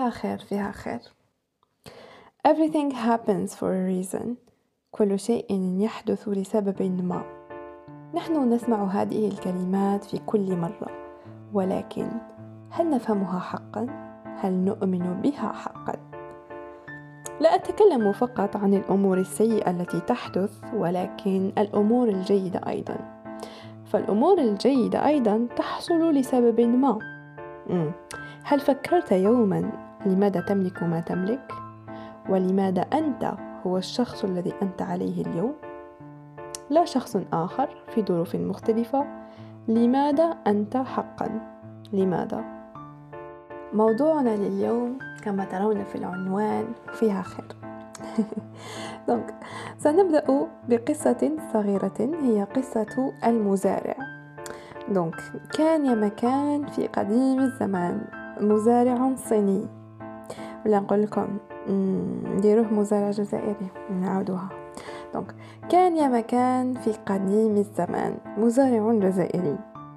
فيها خير فيها خير. Everything happens for a reason. كل شيء يحدث لسبب ما. نحن نسمع هذه الكلمات في كل مرة، ولكن هل نفهمها حقا؟ هل نؤمن بها حقا؟ لا أتكلم فقط عن الأمور السيئة التي تحدث، ولكن الأمور الجيدة أيضا. فالأمور الجيدة أيضا تحصل لسبب ما. هل فكرت يوما لماذا تملك ما تملك؟ ولماذا أنت هو الشخص الذي أنت عليه اليوم؟ لا شخص آخر في ظروف مختلفة. لماذا أنت حقا؟ لماذا؟ موضوعنا لليوم كما ترون في العنوان فيها خير. سنبدأ بقصة صغيرة، هي قصة المزارع. كان يا مكان في قديم الزمان مزارع صيني، ولا نقول لكم ديروه مزارع جزائري، نعودها. كان يا مكان في قديم الزمان مزارع جزائري،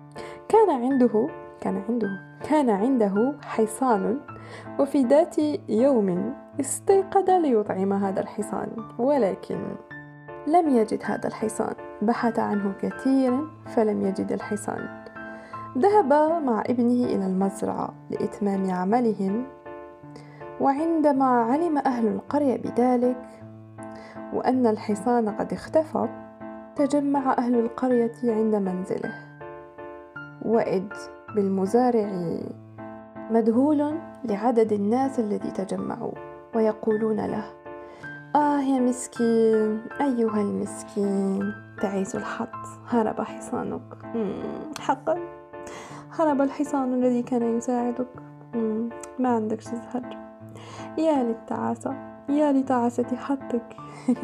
كان عنده حصان، وفي ذات يوم استيقظ ليطعم هذا الحصان، ولكن لم يجد هذا الحصان. بحث عنه كثيرا فلم يجد الحصان. ذهب مع ابنه إلى المزرعة لإتمام عملهم، وعندما علم أهل القرية بذلك وأن الحصان قد اختفى، تجمع أهل القرية عند منزله، وإذ بالمزارع مذهول لعدد الناس الذي تجمعوا، ويقولون له: يا مسكين، أيها المسكين، تعيس الحظ، هرب حصانك. حقا هرب الحصان الذي كان يساعدك. ما عندك زهر. يا للتعاسة، يا لتعاسة حظك.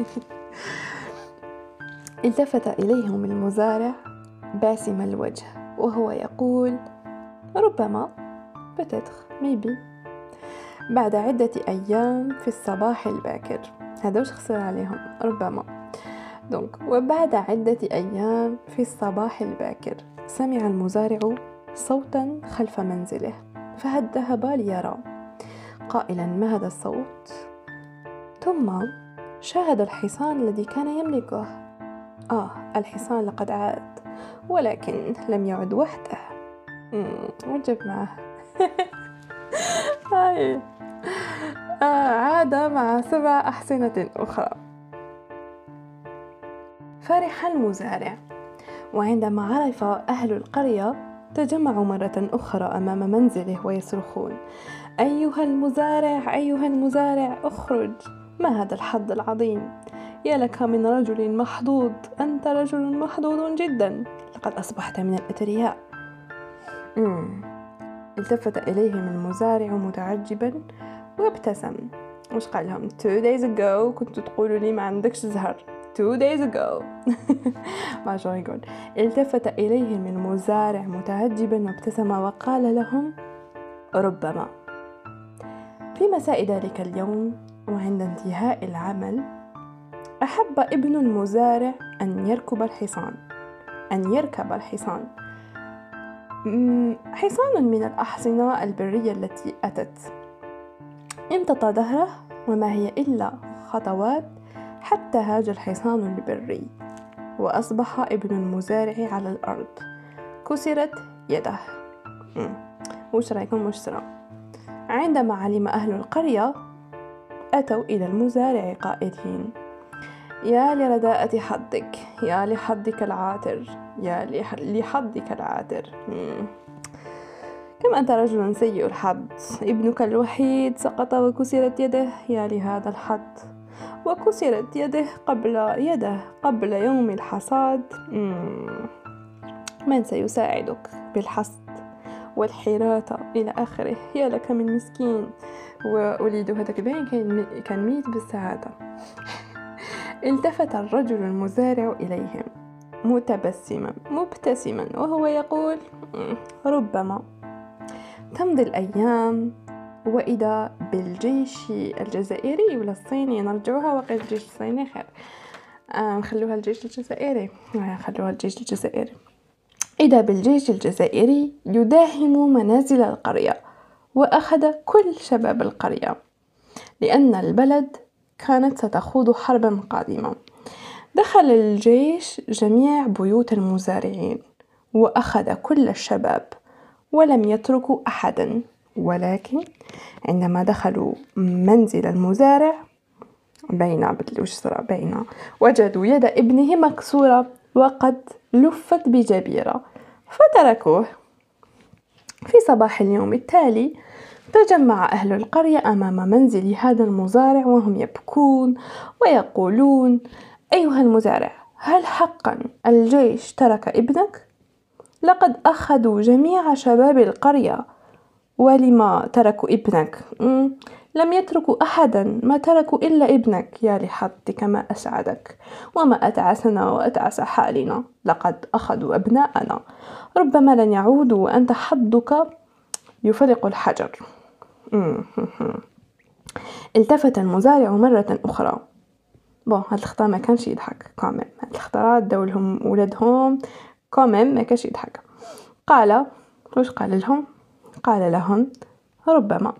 التفت إليهم المزارع باسم الوجه وهو يقول: ربما، maybe. بعد عدة أيام في الصباح الباكر، هذا وش خسر عليهم ربما. وبعد عدة أيام في الصباح الباكر سمع المزارع صوتا خلف منزله، فذهب ليرى، قائلا: ما هذا الصوت؟ ثم شاهد الحصان الذي كان يملكه. الحصان لقد عاد، ولكن لم يعد وحده، وجب معه. عاد مع 7 أحصنة أخرى. فرح المزارع، وعندما عرف أهل القرية تجمعوا مرة أخرى أمام منزله ويصرخون: أيها المزارع، أيها المزارع، اخرج! ما هذا الحظ العظيم؟ يا لك من رجل محظوظ، أنت رجل محظوظ جدا، لقد أصبحت من الأثرياء. التفت إليهم المزارع متعجبا وابتسم. وش قال لهم؟ 2 days ago كنت تقولوا لي ما عندكش زهر. 2 days ago. ما شو يقول. التفت إليهم المزارع متعجبا وابتسم وقال لهم: ربما. في مساء ذلك اليوم وعند انتهاء العمل، أحب ابن المزارع أن يركب الحصان. حصان من الأحصنة البرية التي أتت. امتطى ظهره، وما هي إلا خطوات حتى هاج الحصان البري، وأصبح ابن المزارع على الأرض. كسرت يده. وش رأيكم؟ وش صار؟ عندما علم أهل القرية أتوا إلى المزارع قائلين: يا لرداءة حظك، يا لحظك العاثر، يا لحظك العاثر. كم أنت رجل سيء الحظ، ابنك الوحيد سقط وكسرت يده، يا لهذا الحظ، وكسرت يده قبل يوم الحصاد. من سيساعدك بالحصد والحراثة إلى آخره؟ يا لك من مسكين. ووليده هذاك باين كان ميت بالسعادة. التفت الرجل المزارع إليهم مبتسما وهو يقول: ربما. تمضي الأيام، وإذا بالجيش الجزائري ولا الصيني، نرجعوها وقت الجيش الصيني خير، نخلوها الجيش الجزائري. إذا بالجيش الجزائري يداهم منازل القرية، وأخذ كل شباب القرية، لأن البلد كانت ستخوض حربا قادمة. دخل الجيش جميع بيوت المزارعين وأخذ كل الشباب ولم يتركوا أحدا، ولكن عندما دخلوا منزل المزارع وجدوا يد ابنه مكسورة وقد لفت بجبيرة فتركوه. في صباح اليوم التالي تجمع أهل القرية أمام منزل هذا المزارع وهم يبكون ويقولون: أيها المزارع، هل حقا الجيش ترك ابنك؟ لقد أخذوا جميع شباب القرية، ولما تركوا ابنك؟ لم يتركوا أحدا، ما تركوا إلا ابنك. يا لحظك ما أسعدك وما أتعسنا وأتعس حالنا، لقد أخذوا أبناءنا، ربما لن يعودوا وأنت حظك يفرق الحجر. التفت المزارع مرة أخرى. هاد الخطأ ما كانش يضحك كامل، هاد الاختراع دولهم ولدهم كامل ما كانش يضحك. قال وش قال لهم؟ قال لهم: ربما.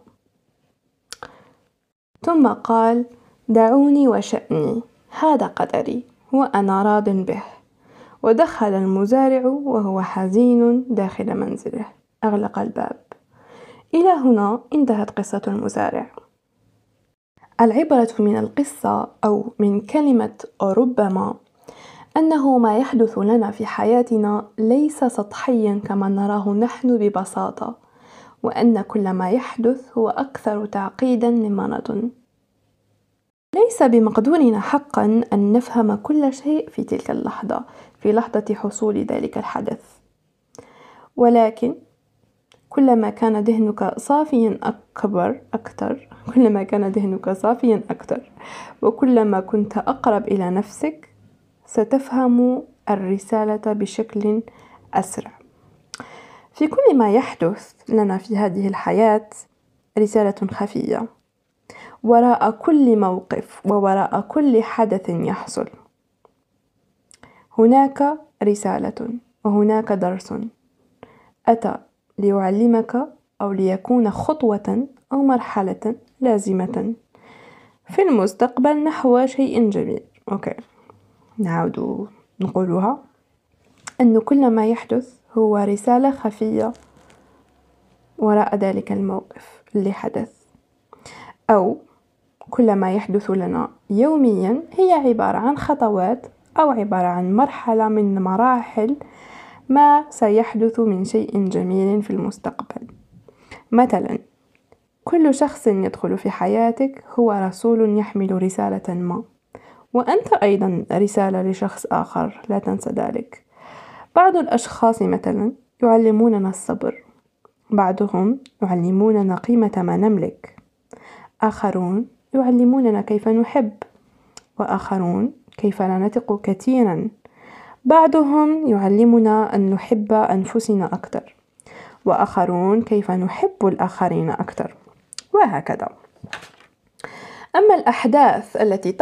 ثم قال: دعوني وشأني، هذا قدري وأنا راض به. ودخل المزارع وهو حزين داخل منزله، أغلق الباب. إلى هنا انتهت قصة المزارع. العبرة من القصة أو من كلمة ربما أنه ما يحدث لنا في حياتنا ليس سطحيا كما نراه نحن ببساطة، وأن كل ما يحدث هو أكثر تعقيدا مما نظن. ليس بمقدورنا حقا أن نفهم كل شيء في تلك اللحظة، في لحظة حصول ذلك الحدث، ولكن كلما كان ذهنك صافيا كلما كان ذهنك صافيا أكثر وكلما كنت أقرب إلى نفسك ستفهم الرسالة بشكل أسرع. في كل ما يحدث لنا في هذه الحياة رسالة خفية، وراء كل موقف ووراء كل حدث يحصل هناك رسالة وهناك درس أتى ليعلمك أو ليكون خطوة أو مرحلة لازمة في المستقبل نحو شيء جميل. نعود نقولها أن كل ما يحدث هو رسالة خفية وراء ذلك الموقف اللي حدث، أو كل ما يحدث لنا يوميا هي عبارة عن خطوات أو عبارة عن مرحلة من مراحل ما سيحدث من شيء جميل في المستقبل. مثلا كل شخص يدخل في حياتك هو رسول يحمل رسالة ما، وأنت أيضا رسالة لشخص آخر، لا تنسى ذلك. بعض الأشخاص مثلا يعلموننا الصبر، بعضهم يعلموننا قيمة ما نملك، آخرون يعلموننا كيف نحب، وآخرون كيف لا نثق كثيرا، بعضهم يعلمنا أن نحب أنفسنا أكثر، وآخرون كيف نحب الآخرين أكثر، وهكذا. أما الأحداث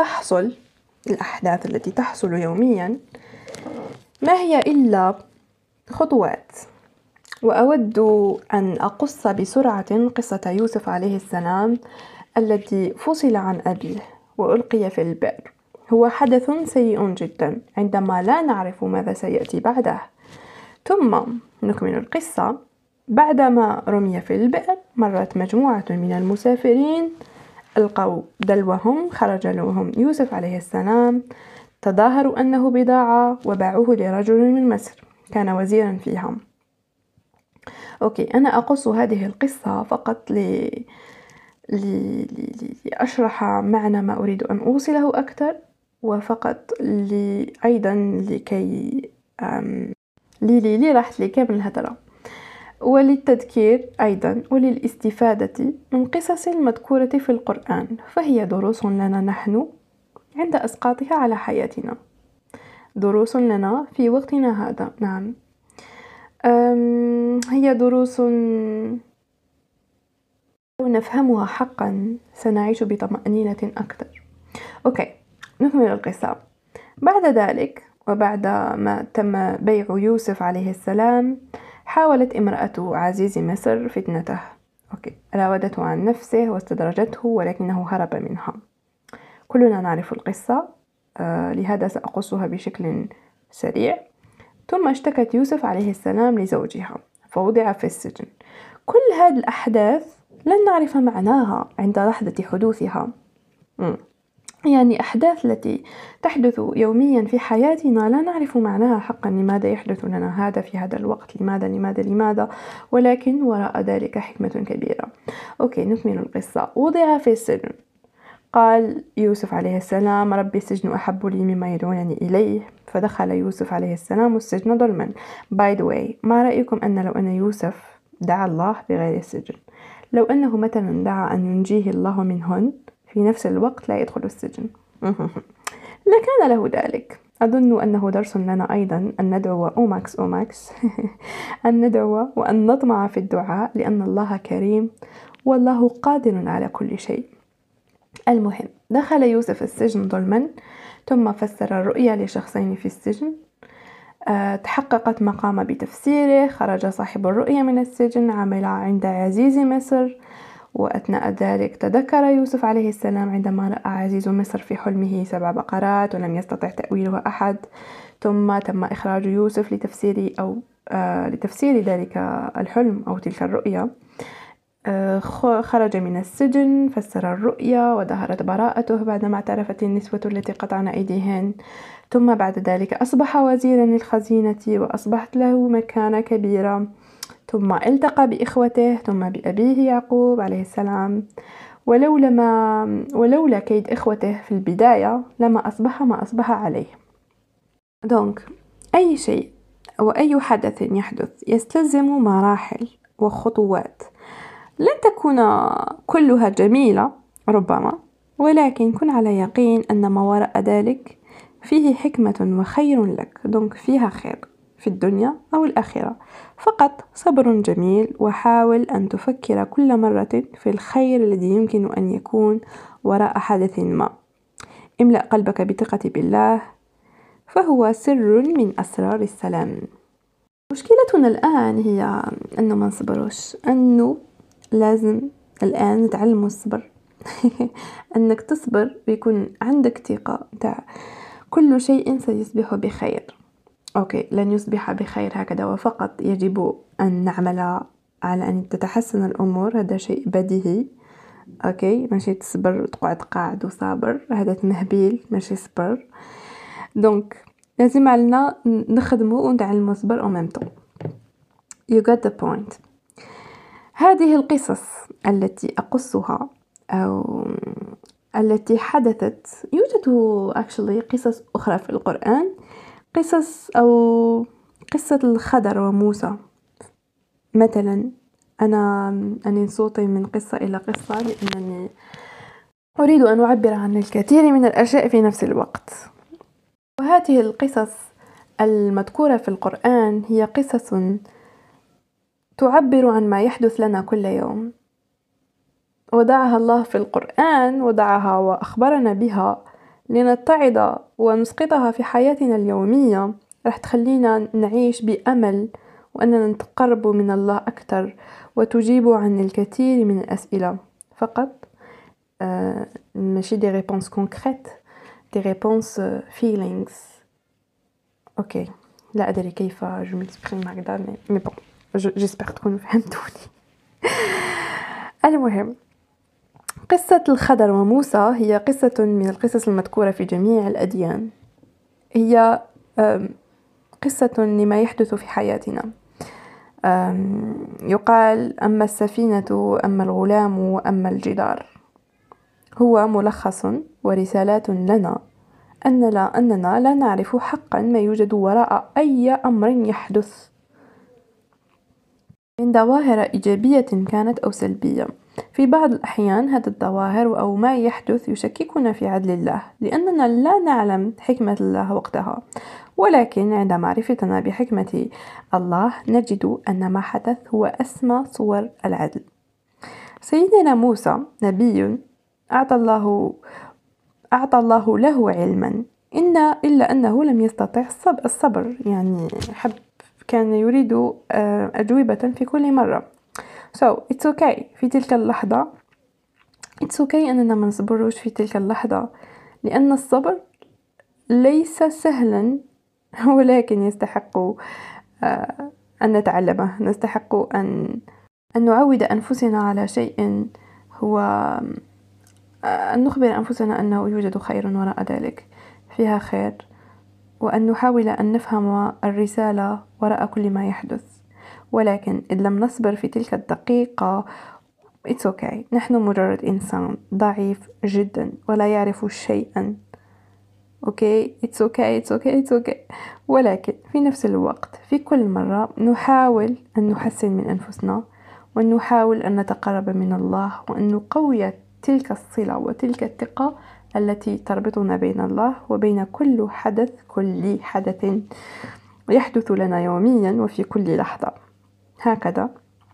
التي تحصل يوميا ما هي إلا خطوات. وأود أن أقص بسرعة قصة يوسف عليه السلام الذي فصل عن أبيه وألقي في البئر. هو حدث سيء جدا عندما لا نعرف ماذا سيأتي بعده. ثم نكمل القصة. بعدما رمي في البئر مرت مجموعة من المسافرين ألقوا دلوهم، خرج لهم يوسف عليه السلام، تظاهروا أنه بضاعة وباعوه لرجل من مصر كان وزيرا فيها. أنا أقص هذه القصة فقط لأشرح معنى ما أريد أن أوصله أكثر، وفقط أيضا لكي راحت لي كامل الهدرة، وللتذكير أيضا وللاستفادة من قصص المذكورة في القرآن، فهي دروس لنا نحن عند أسقاطها على حياتنا، دروس لنا في وقتنا هذا. نعم، هي دروس لو نفهمها حقا سنعيش بطمأنينة أكثر. نكمل القصة. بعد ذلك وبعد ما تم بيع يوسف عليه السلام حاولت امرأة عزيز مصر فتنته، راودته عن نفسه واستدرجته ولكنه هرب منها. كلنا نعرف القصة، لهذا سأقصها بشكل سريع. ثم اشتكت يوسف عليه السلام لزوجها فوضع في السجن. كل هذه الأحداث لن نعرف معناها عند لحظة حدوثها. يعني أحداث التي تحدث يوميا في حياتنا لا نعرف معناها حقا، لماذا يحدث لنا هذا في هذا الوقت، لماذا، ولكن وراء ذلك حكمة كبيرة. نكمل القصة. وضع في السجن. قال يوسف عليه السلام: ربي السجن أحب لي مما يدعونني إليه. فدخل يوسف عليه السلام السجن ظلما. باي ذا واي، ما رأيكم أن لو أن يوسف دعا الله بغير السجن، لو أنه مثلا دعا أن ينجيه الله منهن في نفس الوقت لا يدخل السجن لكان له ذلك. أظن أنه درس لنا أيضا أن ندعو أوماكس أن ندعو وأن نطمع في الدعاء، لأن الله كريم والله قادر على كل شيء. المهم، دخل يوسف السجن ظلما، ثم فسر الرؤيا لشخصين في السجن. تحققت ما قام بتفسيره. خرج صاحب الرؤيا من السجن، عمل عند عزيز مصر، وأثناء ذلك تذكر يوسف عليه السلام عندما رأى عزيز مصر في حلمه 7 بقرات ولم يستطع تأويلها أحد. ثم تم إخراج يوسف لتفسير ذلك الحلم أو تلك الرؤيا. خرج من السجن، فسر الرؤيا، وظهرت براءته بعدما اعترفت النسوة التي قطعن أيديهن. ثم بعد ذلك أصبح وزيرا للخزينة وأصبحت له مكانة كبيرة. ثم التقى بإخوته، ثم بأبيه يعقوب عليه السلام. ولولا كيد إخوته في البداية لما أصبح ما أصبح عليه. دونك أي شيء وأي حدث يحدث يستلزم مراحل وخطوات، لن تكون كلها جميلة ربما، ولكن كن على يقين أن ما وراء ذلك فيه حكمة وخير لك. دونك فيها خير في الدنيا أو الآخرة. فقط صبر جميل، وحاول أن تفكر كل مرة في الخير الذي يمكن أن يكون وراء حدث ما. املأ قلبك بثقة بالله، فهو سر من أسرار السلام. مشكلتنا الآن هي أنه ما نصبروش، أنه لازم الآن نتعلم الصبر أنك تصبر ويكون عندك ثقة تاع كل شيء سيصبح بخير. لن يصبح بخير هكذا وفقط، يجب أن نعمل على أن تتحسن الأمور، هذا شيء بديهي. ماشي تصبر وتقعد قاعد وصابر، هذا تمهبيل ماشي صبر. دونك لازم علينا نخدمه ونتعلم الصبر en même temps. You got the point. هذه القصص التي أقصها أو التي حدثت، يوجد actually قصص أخرى في القرآن، قصص أو قصة الخضر وموسى مثلا. أنا صوتي من قصة إلى قصة لأنني أريد أن أعبر عن الكثير من الأشياء في نفس الوقت. وهذه القصص المذكورة في القرآن هي قصص تعبر عن ما يحدث لنا كل يوم، وضعها الله في القرآن، وضعها وأخبرنا بها لنتعظ ونسقطها في حياتنا اليومية. راح تخلينا نعيش بأمل وأننا نتقرب من الله أكثر، وتجيب عن الكثير من الأسئلة فقط، ماشي دي ريبونس كونكريت، دي ريبونس feelings. لا أدري كيف جو ميكسبريم هكذا، مي بون جيسبر تكونوا فهمتوني. المهم، قصة الخضر وموسى هي قصة من القصص المذكورة في جميع الأديان. هي قصة لما يحدث في حياتنا. يقال أما السفينة، أما الغلام، أما الجدار. هو ملخص ورسالات لنا أننا لا نعرف حقا ما يوجد وراء أي أمر يحدث من ظواهر إيجابية كانت أو سلبية. في بعض الأحيان هذه الظواهر أو ما يحدث يشككنا في عدل الله، لأننا لا نعلم حكمة الله وقتها، ولكن عند معرفتنا بحكمة الله نجد أن ما حدث هو أسمى صور العدل. سيدنا موسى نبي أعطى الله له علما، إلا أنه لم يستطع الصبر، يعني كان يريد أجوبة في كل مرة. it's okay في تلك اللحظة. it's okay أننا ما نصبروش في تلك اللحظة، لأن الصبر ليس سهلا، ولكن يستحق أن نتعلمه. نستحق أن نعود أنفسنا على شيء هو أن نخبر أنفسنا أنه يوجد خير وراء ذلك، فيها خير، وأن نحاول أن نفهم الرسالة وراء كل ما يحدث. ولكن إن لم نصبر في تلك الدقيقة it's okay، نحن مجرد إنسان ضعيف جدا ولا يعرف شيئا. it's okay. ولكن في نفس الوقت في كل مرة نحاول أن نحسن من أنفسنا، وأن نحاول أن نتقرب من الله، وأن نقوي تلك الصلة وتلك الثقة التي تربطنا بين الله وبين كل حدث يحدث لنا يوميا وفي كل لحظة. هكذا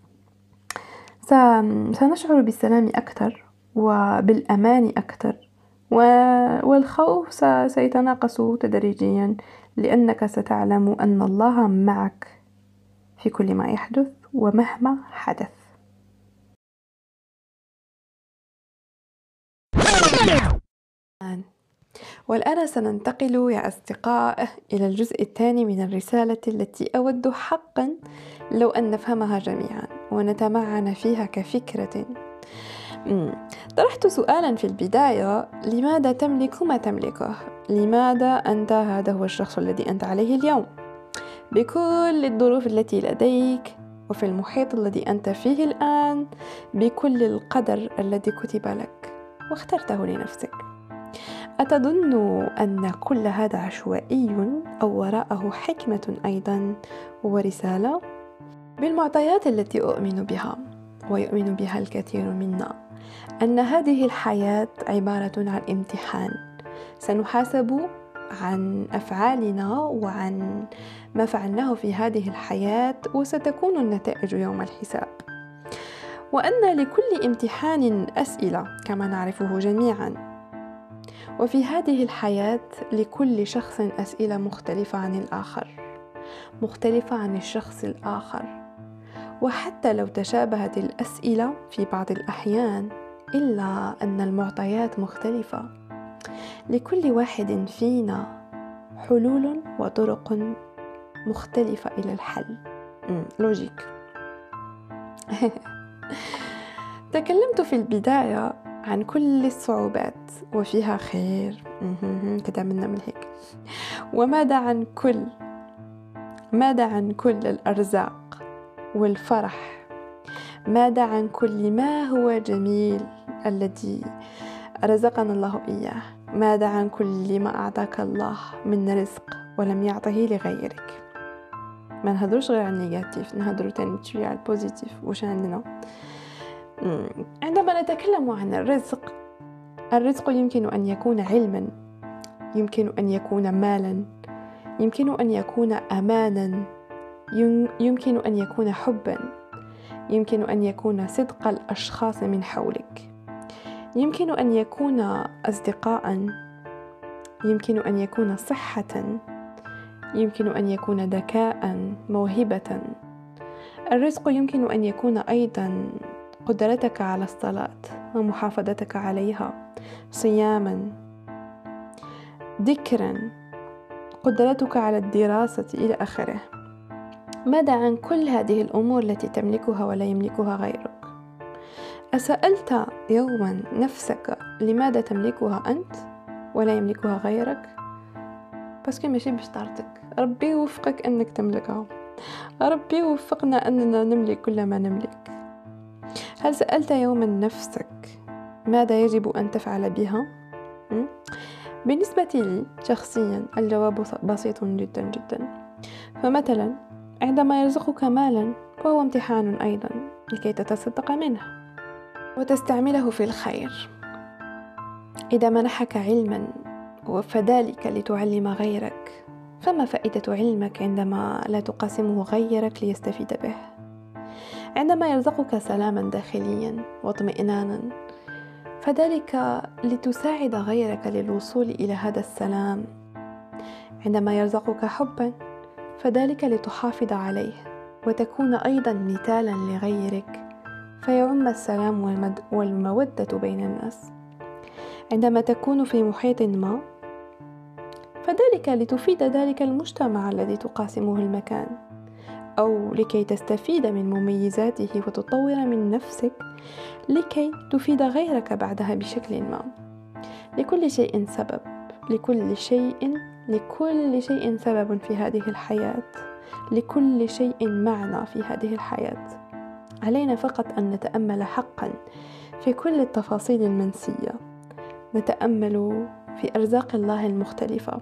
سنشعر بالسلام أكثر وبالأمان أكثر، والخوف سيتناقص تدريجيا، لأنك ستعلم أن الله معك في كل ما يحدث ومهما حدث. والآن سننتقل يا أصدقاء إلى الجزء الثاني من الرسالة، التي أود حقا لو أن نفهمها جميعا ونتمعن فيها كفكرة. طرحت سؤالا في البداية: لماذا تملك ما تملكه؟ لماذا أنت هذا هو الشخص الذي أنت عليه اليوم، بكل الظروف التي لديك وفي المحيط الذي أنت فيه الآن، بكل القدر الذي كتب لك واخترته لنفسك؟ أتظن أن كل هذا عشوائي أو وراءه حكمة أيضا ورسالة؟ بالمعطيات التي أؤمن بها ويؤمن بها الكثير منا، أن هذه الحياة عبارة عن امتحان، سنحاسب عن أفعالنا وعن ما فعلناه في هذه الحياة، وستكون النتائج يوم الحساب. وأن لكل امتحان أسئلة كما نعرفه جميعا، وفي هذه الحياة لكل شخص أسئلة مختلفة عن الآخر، مختلفة عن الشخص الآخر. وحتى لو تشابهت الأسئلة في بعض الأحيان، إلا أن المعطيات مختلفة. لكل واحد فينا حلول وطرق مختلفة إلى الحل. لوجيك. تكلمت في البداية عن كل الصعوبات وفيها خير، كده منا من هيك. ماذا عن كل الأرزاق والفرح؟ ماذا عن كل ما هو جميل الذي رزقنا الله إياه؟ ماذا عن كل ما أعطاك الله من رزق ولم يعطه لغيرك؟ ما نهدروش غير عن النيجاتيف، نهدرو تاني شوية على البوزيتيف. وش عندنا؟ عندما نتكلم عن الرزق يمكن أن يكون علما، يمكن أن يكون مالا، يمكن أن يكون أمانا، يمكن أن يكون حبا، يمكن أن يكون صدق الأشخاص من حولك، يمكن أن يكون أصدقاء، يمكن أن يكون صحة، يمكن أن يكون ذكاء، موهبة. الرزق يمكن أن يكون أيضا قدرتك على الصلاة ومحافظتك عليها، صياما، ذكرا، قدرتك على الدراسة إلى آخره. ماذا عن كل هذه الأمور التي تملكها ولا يملكها غيرك؟ أسألت يوما نفسك لماذا تملكها أنت ولا يملكها غيرك؟ بس ماشي بشطارتك، ربي يوفقك أنك تملكها، ربي يوفقنا أننا نملك كل ما نملك. هل سألت يوما نفسك ماذا يجب أن تفعل بها؟ بالنسبة لي شخصيا الجواب بسيط جدا جدا. فمثلا عندما يرزقك مالا فهو امتحان أيضا لكي تتصدق منه وتستعمله في الخير. إذا منحك علما فذلك لتعلم غيرك، فما فائدة علمك عندما لا تقاسمه غيرك ليستفيد به؟ عندما يرزقك سلاما داخليا واطمئنانا، فذلك لتساعد غيرك للوصول إلى هذا السلام. عندما يرزقك حبا فذلك لتحافظ عليه وتكون أيضا مثالا لغيرك فيعم السلام والمودة بين الناس. عندما تكون في محيط ما فذلك لتفيد ذلك المجتمع الذي تقاسمه المكان، أو لكي تستفيد من مميزاته وتطور من نفسك لكي تفيد غيرك بعدها بشكل ما. لكل شيء سبب، لكل شيء سبب في هذه الحياة، لكل شيء معنى في هذه الحياة. علينا فقط أن نتأمل حقا في كل التفاصيل المنسية، نتأمل في أرزاق الله المختلفة.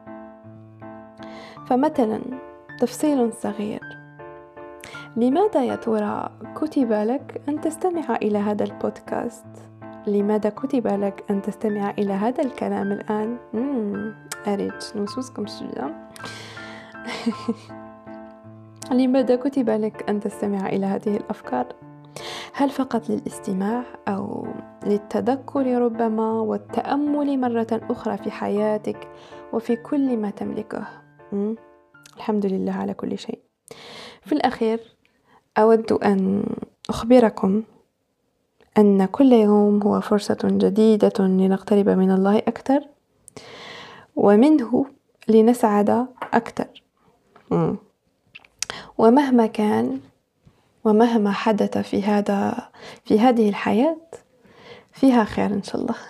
فمثلا تفصيل صغير: لماذا يا ترى كتب لك أن تستمع إلى هذا البودكاست؟ لماذا كتب لك أن تستمع إلى هذا الكلام الآن؟ أريد نصوصكم شوية. لماذا كتب لك أن تستمع إلى هذه الأفكار؟ هل فقط للاستماع أو للتذكر ربما والتأمل مرة أخرى في حياتك وفي كل ما تملكه؟ الحمد لله على كل شيء. في الأخير أود أن أخبركم أن كل يوم هو فرصة جديدة لنقترب من الله أكثر ومنه لنسعد أكثر. ومهما كان ومهما حدث في هذه الحياة فيها خير إن شاء الله.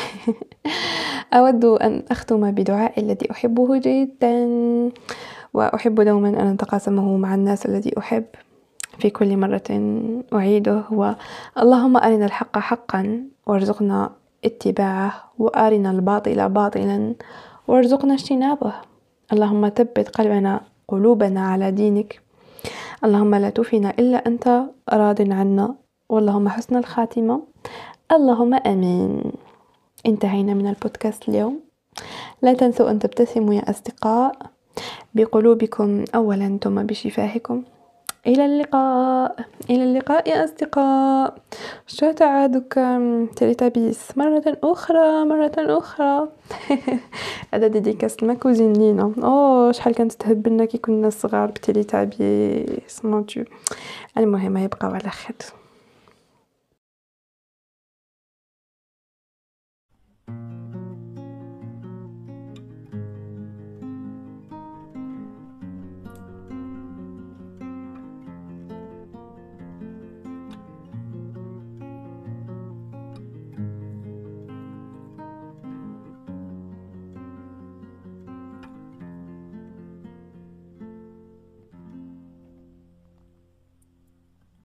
أود أن أختم بدعاء الذي أحبه جدا، وأحب دوما أن أتقاسمه مع الناس الذي أحب في كل مرة أعيده، هو: اللهم أرنا الحق حقا وارزقنا اتباعه، وأرنا الباطل باطلا وارزقنا اجتنابه. اللهم ثبت قلوبنا على دينك. اللهم لا توفنا إلا أنت راض عنا، واللهم حسن الخاتمة. اللهم آمين. انتهينا من البودكاست اليوم. لا تنسوا أن تبتسموا يا أصدقاء، بقلوبكم أولا ثم بشفاهكم. إلى اللقاء يا أصدقاء. شو تعادكم تلتبيس مرة أخرى. هذا ديديكاس ما كوزين لينا. شحال كانت تهبلنا كي كنا صغار بتلتبيس موتو. المهم يبقى على خير.